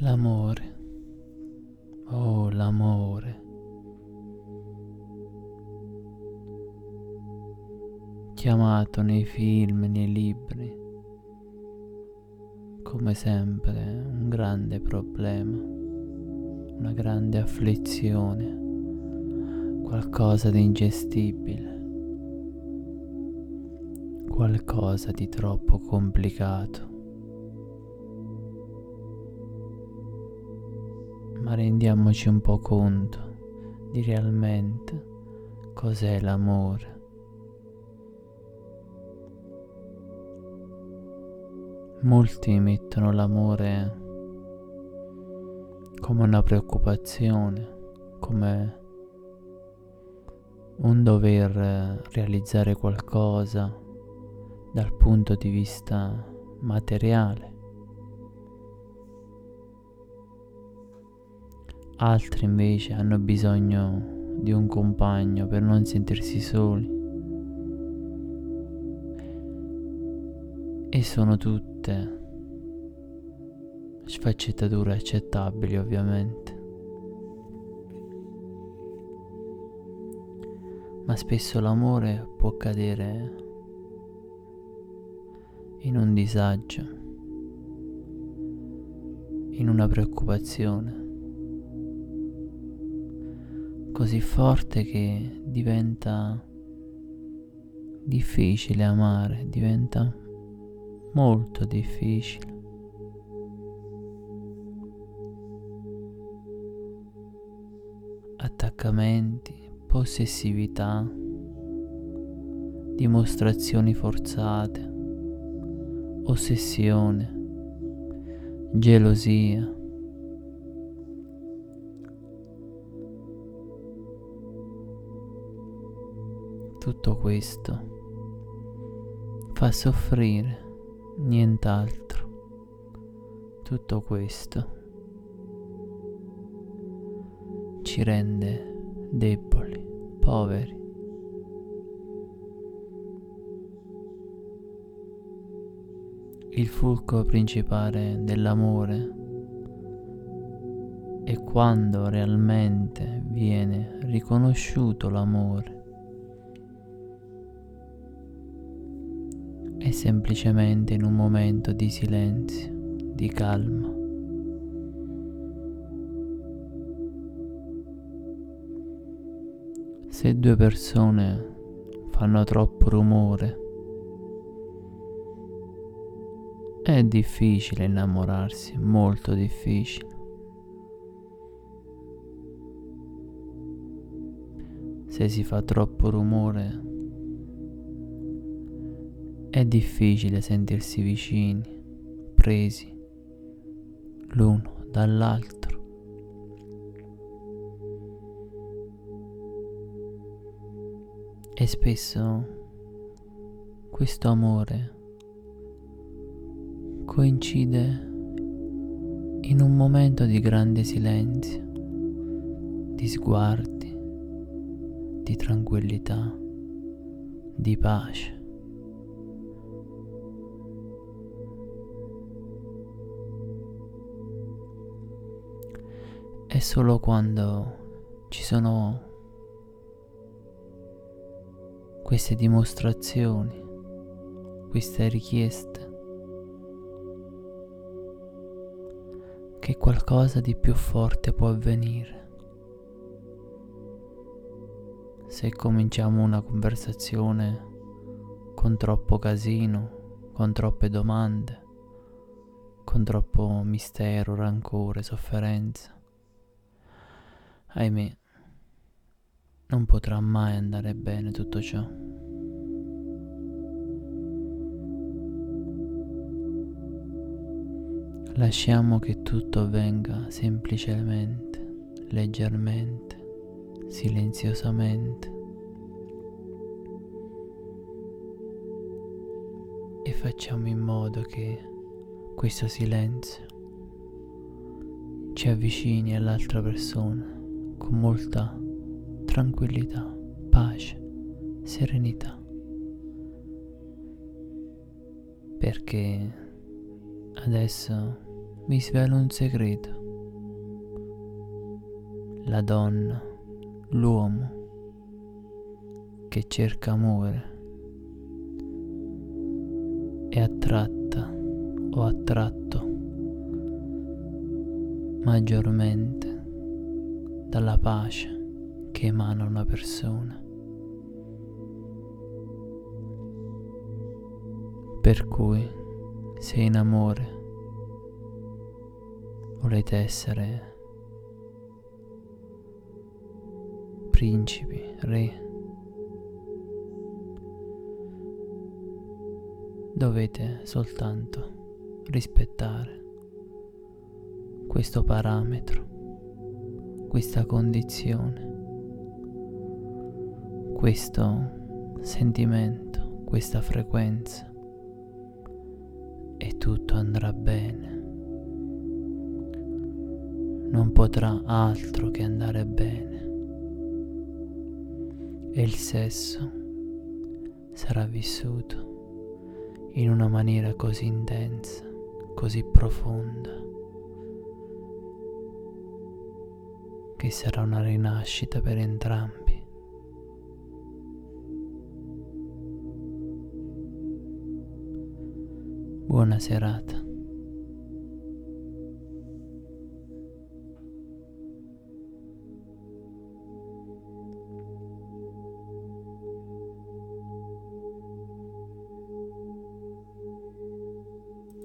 L'amore, oh l'amore, chiamato nei film, nei libri, come sempre un grande problema, una grande afflizione, qualcosa di ingestibile, qualcosa di troppo complicato. Ma rendiamoci un po' conto di realmente cos'è l'amore. Molti mettono l'amore come una preoccupazione, come un dover realizzare qualcosa dal punto di vista materiale. Altri invece hanno bisogno di un compagno per non sentirsi soli. E sono tutte sfaccettature accettabili, ovviamente. Ma spesso l'amore può cadere in un disagio, in una preoccupazione così forte che diventa difficile amare, diventa molto difficile. Attaccamenti, possessività, dimostrazioni forzate, ossessione, gelosia. Tutto questo fa soffrire, nient'altro. Tutto questo ci rende deboli, poveri. Il fulcro principale dell'amore è quando realmente viene riconosciuto l'amore. È semplicemente in un momento di silenzio, di calma. Se due persone fanno troppo rumore, è difficile innamorarsi, molto difficile. Se si fa troppo rumore, è difficile sentirsi vicini, presi l'uno dall'altro. E spesso questo amore coincide in un momento di grande silenzio, di sguardi, di tranquillità, di pace. È solo quando ci sono queste dimostrazioni, queste richieste, che qualcosa di più forte può avvenire. Se cominciamo una conversazione con troppo casino, con troppe domande, con troppo mistero, rancore, sofferenza, ahimè, non potrà mai andare bene tutto ciò. Lasciamo che tutto avvenga semplicemente, leggermente, silenziosamente e facciamo in modo che questo silenzio ci avvicini all'altra persona con molta tranquillità, pace, serenità. Perché adesso vi svelo un segreto. La donna, l'uomo che cerca amore è attratta o attratto maggiormente dalla pace che emana una persona. Per cui, se in amore volete essere principi, re, dovete soltanto rispettare questo parametro, questa condizione, questo sentimento, questa frequenza, e tutto andrà bene. Non potrà altro che andare bene. E il sesso sarà vissuto in una maniera così intensa, così profonda, che sarà una rinascita per entrambi. Buona serata.